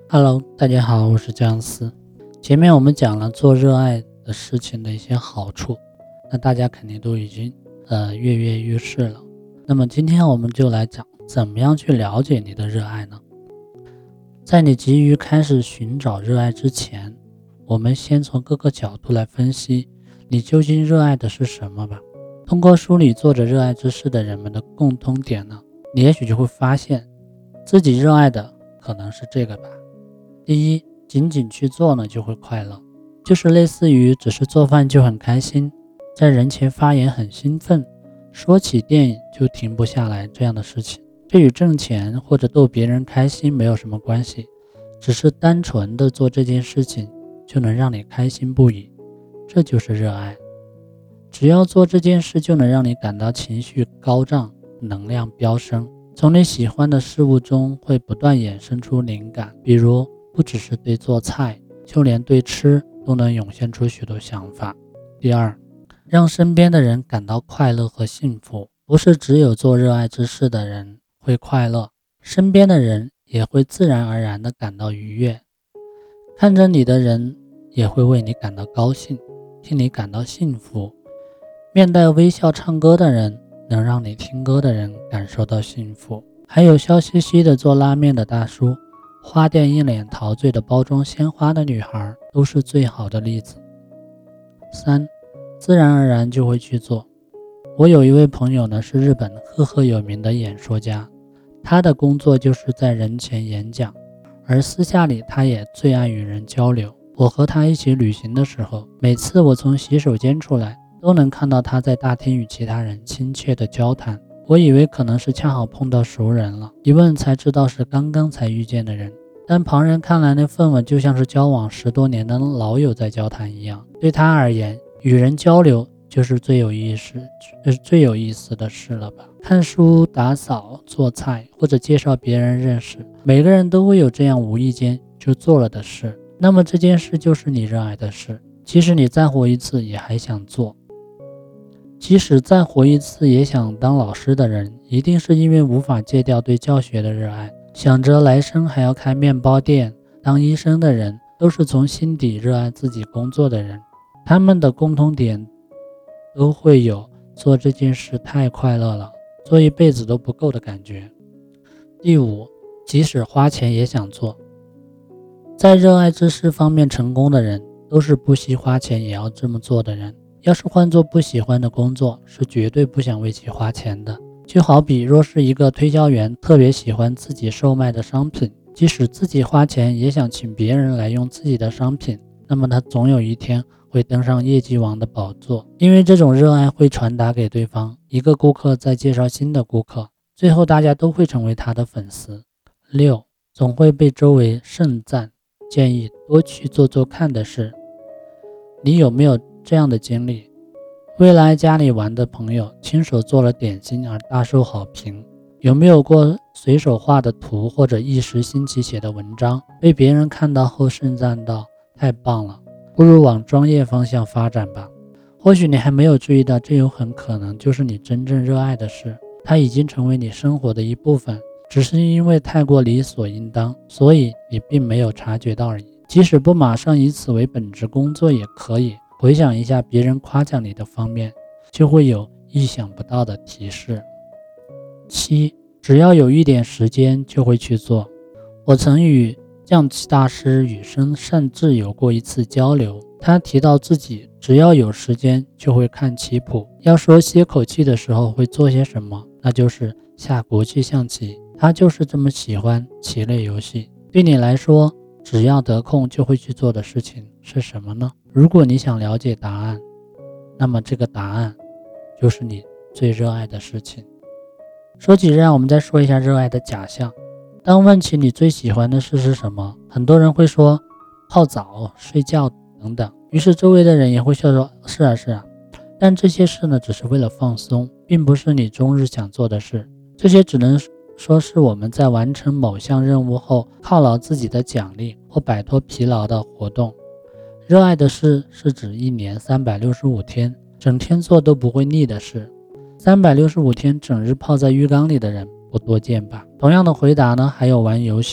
Hello，大家好，我是姜思。前面我们讲了做热爱的事情的一些好处，那大家肯定都已经跃跃欲试了。那么今天我们就来讲怎么样去了解你的热爱呢？在你急于开始寻找热爱之前，我们先从各个角度来分析你究竟热爱的是什么吧。通过梳理做着热爱之事的人们的共通点呢，你也许就会发现自己热爱的可能是这个吧。第一，仅仅去做呢就会快乐，就是类似于只是做饭就很开心，在人前发言很兴奋，说起电影就停不下来这样的事情。这与挣钱或者逗别人开心没有什么关系，只是单纯的做这件事情就能让你开心不已，这就是热爱。只要做这件事就能让你感到情绪高涨，能量飙升，从你喜欢的事物中会不断衍生出灵感，比如不只是对做菜，就连对吃都能涌现出许多想法。第二，让身边的人感到快乐和幸福，不是只有做热爱之事的人会快乐，身边的人也会自然而然地感到愉悦，看着你的人也会为你感到高兴，替你感到幸福。面带微笑唱歌的人能让你听歌的人感受到幸福，还有笑嘻嘻的做拉面的大叔，花店一脸陶醉的包装鲜花的女孩，都是最好的例子。三，自然而然就会去做。我有一位朋友呢，是日本赫赫有名的演说家，他的工作就是在人前演讲，而私下里他也最爱与人交流。我和他一起旅行的时候，每次我从洗手间出来，都能看到他在大厅与其他人亲切的交谈。我以为可能是恰好碰到熟人了，一问才知道是刚刚才遇见的人，但旁人看来那氛围就像是交往10多年的老友在交谈一样。对他而言，与人交流就是最有意思的事了吧。看书、打扫、做菜或者介绍别人认识，每个人都会有这样无意间就做了的事，那么这件事就是你热爱的事。即使你再活一次也还想做，即使再活一次也想当老师的人，一定是因为无法戒掉对教学的热爱。想着来生还要开面包店、当医生的人，都是从心底热爱自己工作的人。他们的共同点都会有做这件事太快乐了，做一辈子都不够的感觉。第五，即使花钱也想做。在热爱之事方面成功的人，都是不惜花钱也要这么做的人。要是换做不喜欢的工作，是绝对不想为其花钱的。就好比若是一个推销员特别喜欢自己售卖的商品，即使自己花钱也想请别人来用自己的商品，那么他总有一天会登上业绩王的宝座。因为这种热爱会传达给对方，一个顾客再介绍新的顾客，最后大家都会成为他的粉丝。6，总会被周围盛赞，建议多去做做看的事。你有没有这样的经历？未来家里玩的朋友亲手做了点心而大受好评，有没有过随手画的图或者一时兴起写的文章，被别人看到后盛赞道太棒了，不如往专业方向发展吧。或许你还没有注意到，这有很可能就是你真正热爱的事，它已经成为你生活的一部分，只是因为太过理所应当，所以你并没有察觉到而已。即使不马上以此为本职工作也可以，回想一下别人夸奖你的方面，就会有意想不到的提示。7，只要有一点时间就会去做。我曾与象棋大师羽生善治有过一次交流，他提到自己只要有时间就会看棋谱，要说歇口气的时候会做些什么，那就是下国际象棋。他就是这么喜欢棋类游戏。对你来说，只要得空就会去做的事情是什么呢？如果你想了解答案，那么这个答案就是你最热爱的事情。说起热爱，我们再说一下热爱的假象。当问起你最喜欢的事是什么，很多人会说泡澡、睡觉等等，于是周围的人也会笑说是啊是啊。但这些事呢，只是为了放松，并不是你终日想做的事。这些只能说是我们在完成某项任务后犒劳自己的奖励或摆脱疲劳的活动。热爱的事是指1年365天整天做都不会腻的事。365天整日泡在浴缸里的人不多见吧。同样的回答呢，还有玩游戏，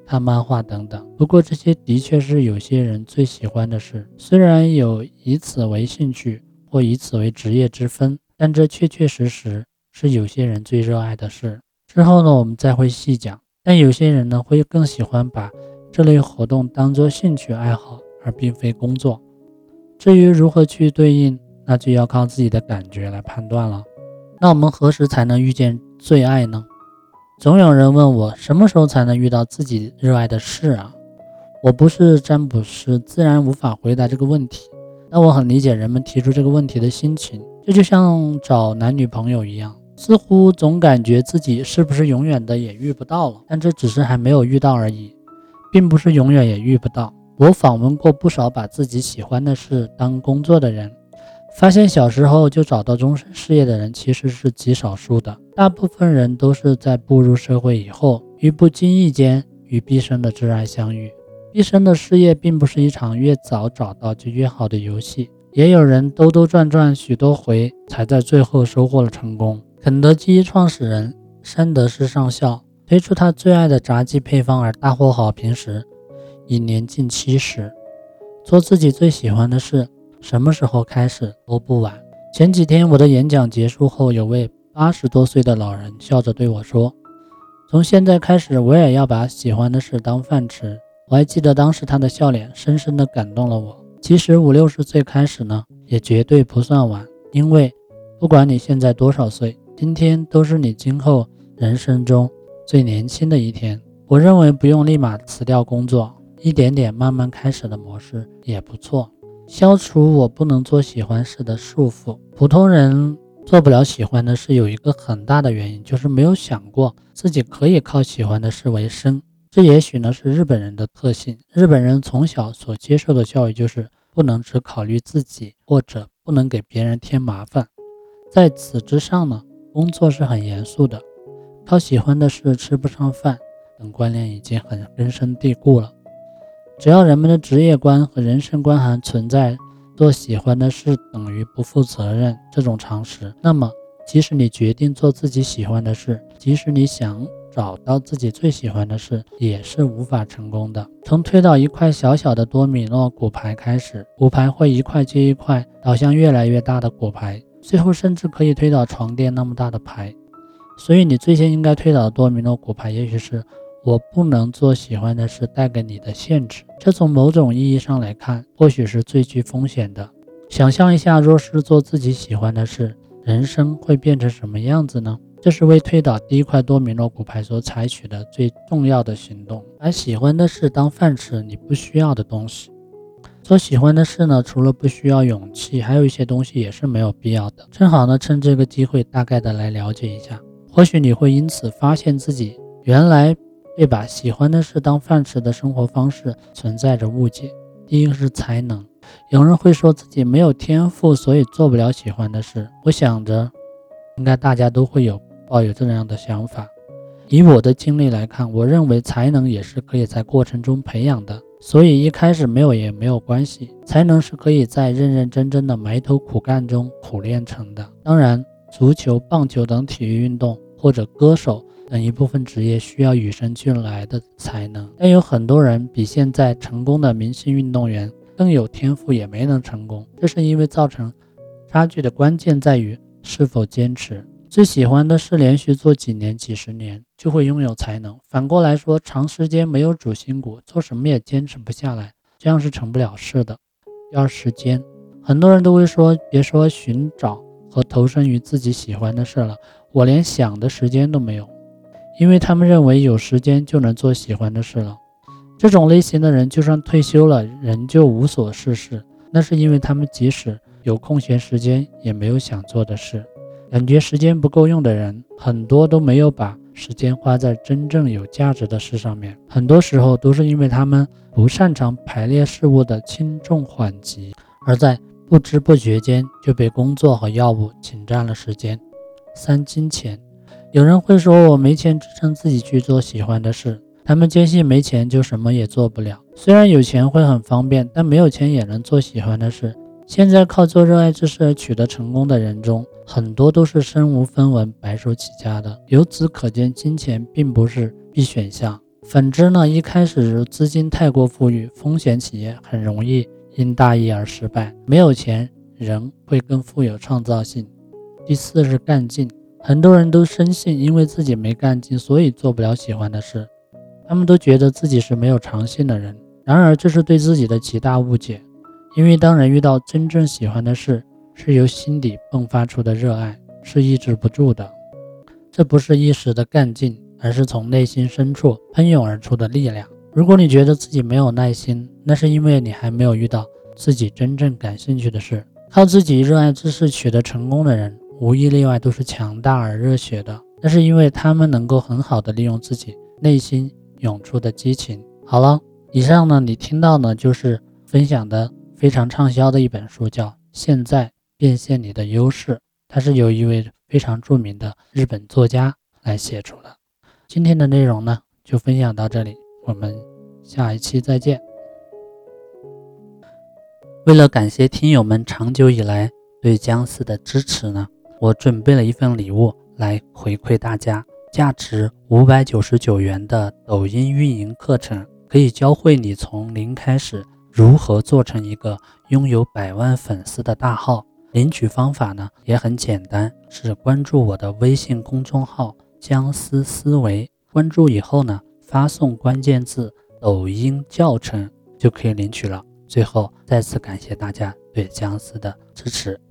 看漫画等等。不过这些的确是有些人最喜欢的事，虽然有以此为兴趣或以此为职业之分，但这确确实实是有些人最热爱的事。之后呢，我们再会细讲。但有些人呢，会更喜欢把这类活动当作兴趣爱好，而并非工作。至于如何去对应，那就要靠自己的感觉来判断了。那我们何时才能遇见最爱呢？总有人问我，什么时候才能遇到自己热爱的事啊？我不是占卜师，自然无法回答这个问题。但我很理解人们提出这个问题的心情，这就像找男女朋友一样，似乎总感觉自己是不是永远的也遇不到了，但这只是还没有遇到而已，并不是永远也遇不到。我访问过不少把自己喜欢的事当工作的人，发现小时候就找到终身事业的人其实是极少数的，大部分人都是在步入社会以后，于不经意间与毕生的挚爱相遇。毕生的事业并不是一场越早找到就越好的游戏，也有人兜兜转转许多回才在最后收获了成功。肯德基创始人山德士上校推出他最爱的炸鸡配方而大获好评时，已年近70。做自己最喜欢的事，什么时候开始都不晚。前几天我的演讲结束后，有位80多岁的老人笑着对我说，从现在开始我也要把喜欢的事当饭吃。我还记得当时他的笑脸深深地感动了我。其实50、60岁开始呢，也绝对不算晚，因为不管你现在多少岁，今天都是你今后人生中最年轻的一天。我认为不用立马辞掉工作，一点点慢慢开始的模式也不错，消除我不能做喜欢事的束缚。普通人做不了喜欢的事有一个很大的原因，就是没有想过自己可以靠喜欢的事为生。这也许呢是日本人的特性，日本人从小所接受的教育就是不能只考虑自己，或者不能给别人添麻烦。在此之上呢，工作是很严肃的，靠喜欢的事吃不上饭等观念已经很根深蒂固了。只要人们的职业观和人生观还存在做喜欢的事等于不负责任这种常识，那么即使你决定做自己喜欢的事，即使你想找到自己最喜欢的事，也是无法成功的。从推倒一块小小的多米诺骨牌开始，骨牌会一块接一块倒向越来越大的骨牌，最后甚至可以推倒床垫那么大的牌。所以你最先应该推倒的多米诺骨牌，也许是我不能做喜欢的事带给你的限制。这从某种意义上来看，或许是最具风险的。想象一下，若是做自己喜欢的事，人生会变成什么样子呢？这是为推倒第一块多米诺骨牌所采取的最重要的行动。把喜欢的事当饭吃，你不需要的东西。做喜欢的事呢，除了不需要勇气，还有一些东西也是没有必要的。正好呢，趁这个机会大概的来了解一下，或许你会因此发现自己原来对把喜欢的事当饭吃的生活方式存在着误解。第一个是才能，有人会说自己没有天赋，所以做不了喜欢的事。我想着应该大家都会抱有这样的想法。以我的经历来看，我认为才能也是可以在过程中培养的，所以一开始没有也没有关系。才能是可以在认认真真的埋头苦干中苦练成的。当然，足球、棒球等体育运动或者歌手等一部分职业需要与生俱来的才能，但有很多人比现在成功的明星运动员更有天赋也没能成功，这是因为造成差距的关键在于是否坚持。最喜欢的事连续做几年几十年就会拥有才能，反过来说，长时间没有主心骨，做什么也坚持不下来，这样是成不了事的。第二，时间。很多人都会说，别说寻找和投身于自己喜欢的事了，我连想的时间都没有，因为他们认为有时间就能做喜欢的事了。这种类型的人就算退休了仍旧无所事事，那是因为他们即使有空闲时间也没有想做的事。感觉时间不够用的人，很多都没有把时间花在真正有价值的事上面，很多时候都是因为他们不擅长排列事物的轻重缓急，而在不知不觉间就被工作和药物侵占了时间。三，金钱。有人会说，我没钱支撑自己去做喜欢的事，他们坚信没钱就什么也做不了。虽然有钱会很方便，但没有钱也能做喜欢的事。现在靠做热爱之事而取得成功的人中，很多都是身无分文白手起家的。由此可见，金钱并不是必选项。 反之呢，一开始资金太过富裕，风险企业很容易因大意而失败。没有钱，人会更富有创造性。第四是干劲，很多人都深信因为自己没干劲，所以做不了喜欢的事，他们都觉得自己是没有长性的人。然而这是对自己的极大误解，因为当人遇到真正喜欢的事，是由心底迸发出的热爱，是抑制不住的。这不是一时的干劲，而是从内心深处喷涌而出的力量。如果你觉得自己没有耐心，那是因为你还没有遇到自己真正感兴趣的事。靠自己热爱之事取得成功的人，无一例外都是强大而热血的，那是因为他们能够很好的利用自己内心涌出的激情。好了，以上呢你听到呢就是分享的非常畅销的一本书，叫《现在变现你的优势》，它是由一位非常著名的日本作家来写出的。今天的内容呢就分享到这里，我们下一期再见。为了感谢听友们长久以来对姜丝的支持呢，我准备了一份礼物来回馈大家，价值599元的抖音运营课程，可以教会你从零开始如何做成一个拥有100万粉丝的大号。领取方法呢也很简单，是关注我的微信公众号姜丝思维，关注以后呢发送关键字抖音教程就可以领取了。最后再次感谢大家对姜丝的支持。